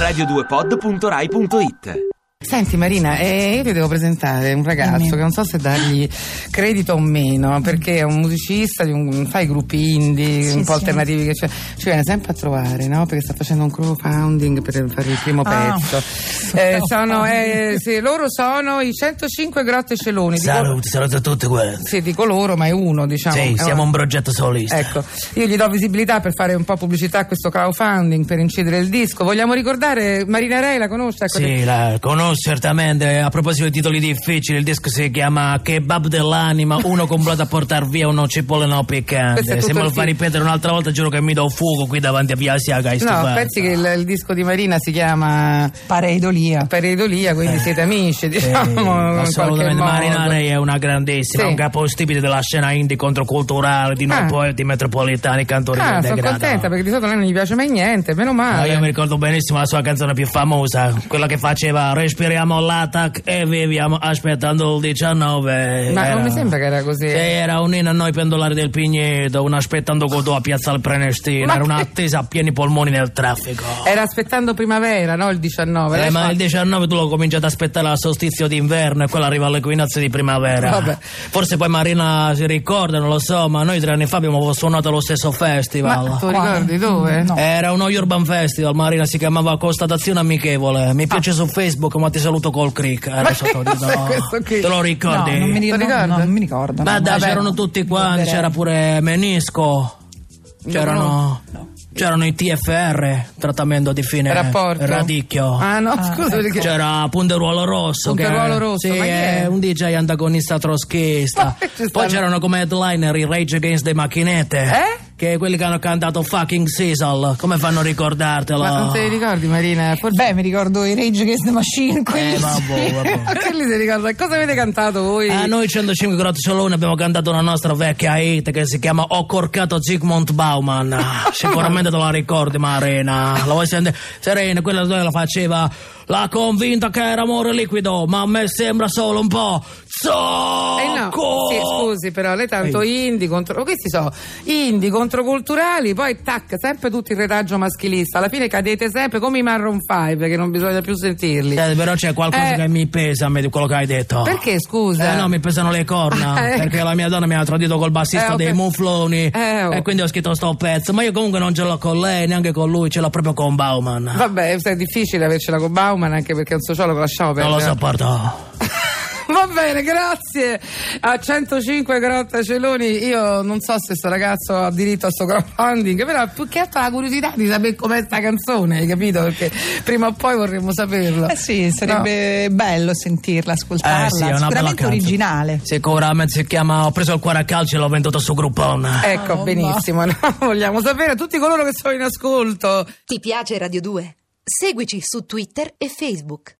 radio2pod.rai.it. Senti Marina, io ti devo presentare un ragazzo che non so se dargli credito o meno, perché è un musicista fai gruppi indie un po' alternativi che ci viene sempre a trovare, no? Perché sta facendo un crowdfunding per fare il primo pezzo. Loro sono i 105 Grotte Celoni. Saluti a tutti quelli. Sì, dico loro, ma è uno, diciamo. Sì, siamo un progetto solista. Ecco, io gli do visibilità per fare un po' pubblicità a questo crowdfunding per incidere il disco. Vogliamo ricordare Marina Rei, la conosce? Ecco, sì, la conosco certamente. A proposito di titoli difficili, il disco si chiama Kebab dell'anima, uno completo a portar via, uno cipolle no piccante. Se me lo fa ripetere un'altra volta giuro che mi do fuoco qui davanti a Via Asiaga. No, pensi che il disco di Marina si chiama Pareidolia, quindi siete amici, diciamo. Assolutamente. Marina Rei è una grandissima, un capostipite della scena indie controculturale di noi poeti metropolitani, cantori del degrado. Sono contenta perché di solito a lei non gli piace mai niente, meno male. Io mi ricordo benissimo la sua canzone più famosa, quella che faceva respiriamo l'attack e viviamo aspettando il 19. Ma non mi sembra che era così. Sì, era un inno a noi pendolari del Pigneto, un aspettando Godot a Piazza del Prenestina, era un'attesa a pieni polmoni nel traffico. Era aspettando primavera, no? Il 19. Ma il 19 tu lo cominci ad aspettare al solstizio d'inverno e quello arriva all'equinozio di primavera. Vabbè. Forse poi Marina si ricorda, non lo so, ma noi 3 anni fa abbiamo suonato allo stesso festival. Ma tu ricordi dove? No. Era uno Urban Festival, Marina, si chiamava Constatazione Amichevole. Mi piace su Facebook, ma ti saluto col crick. Era sotto di Te lo ricordi? No, non mi ricordo. Ma dai, c'erano tutti quanti, c'era pure Menisco. C'erano i TFR, trattamento di fine radicchio. Scusa, perché c'era Punteruolo Rosso. Punteruolo Rosso, sì, è un DJ antagonista troschista. Poi c'erano come headliner i Rage Against the Macchinette. Che quelli che hanno cantato Fucking Sisal, come fanno a ricordartelo? Ma non te li ricordi, Marina? Mi ricordo i Rage Against the Machine. Vabbè. Quelli si ricorda. Cosa avete cantato voi? Noi 105 Grotte Celoni abbiamo cantato una nostra vecchia hit che si chiama Ho corcato Zygmunt Bauman. Sicuramente te la ricordi, Marina. La vuoi sentire? Serena, quella dove la faceva. L'ha convinta che era amore liquido, ma a me sembra solo un po' zocco. Sì, scusi, però lei tanto indie contro. Questi sono indie controculturali, poi tac, sempre tutto il retaggio maschilista. Alla fine cadete sempre come i Maroon 5, che non bisogna più sentirli. Però c'è qualcosa che mi pesa a me di quello che hai detto. Perché, scusa? No, mi pesano le corna. Perché la mia donna mi ha tradito col bassista dei Mufloni. E quindi ho scritto sto pezzo. Ma io comunque non ce l'ho con lei, neanche con lui, ce l'ho proprio con Bauman. Vabbè, è difficile avercela con Bauman, anche perché un sociologo lasciamo perdere. Non lo sopporto. Va bene, grazie a 105 Grotte Celoni. Io non so se sto ragazzo ha diritto a sto crowdfunding, però più che altro la curiosità di sapere com'è sta canzone, hai capito? Perché prima o poi vorremmo saperlo. Sì, sarebbe bello sentirla, ascoltarla. Sì, è una sicuramente originale. Sicuramente si chiama Ho preso il cuore a calcio e l'ho venduto su Groupon. Ecco, benissimo. No? Vogliamo sapere a tutti coloro che sono in ascolto. Ti piace Radio 2? Seguici su Twitter e Facebook.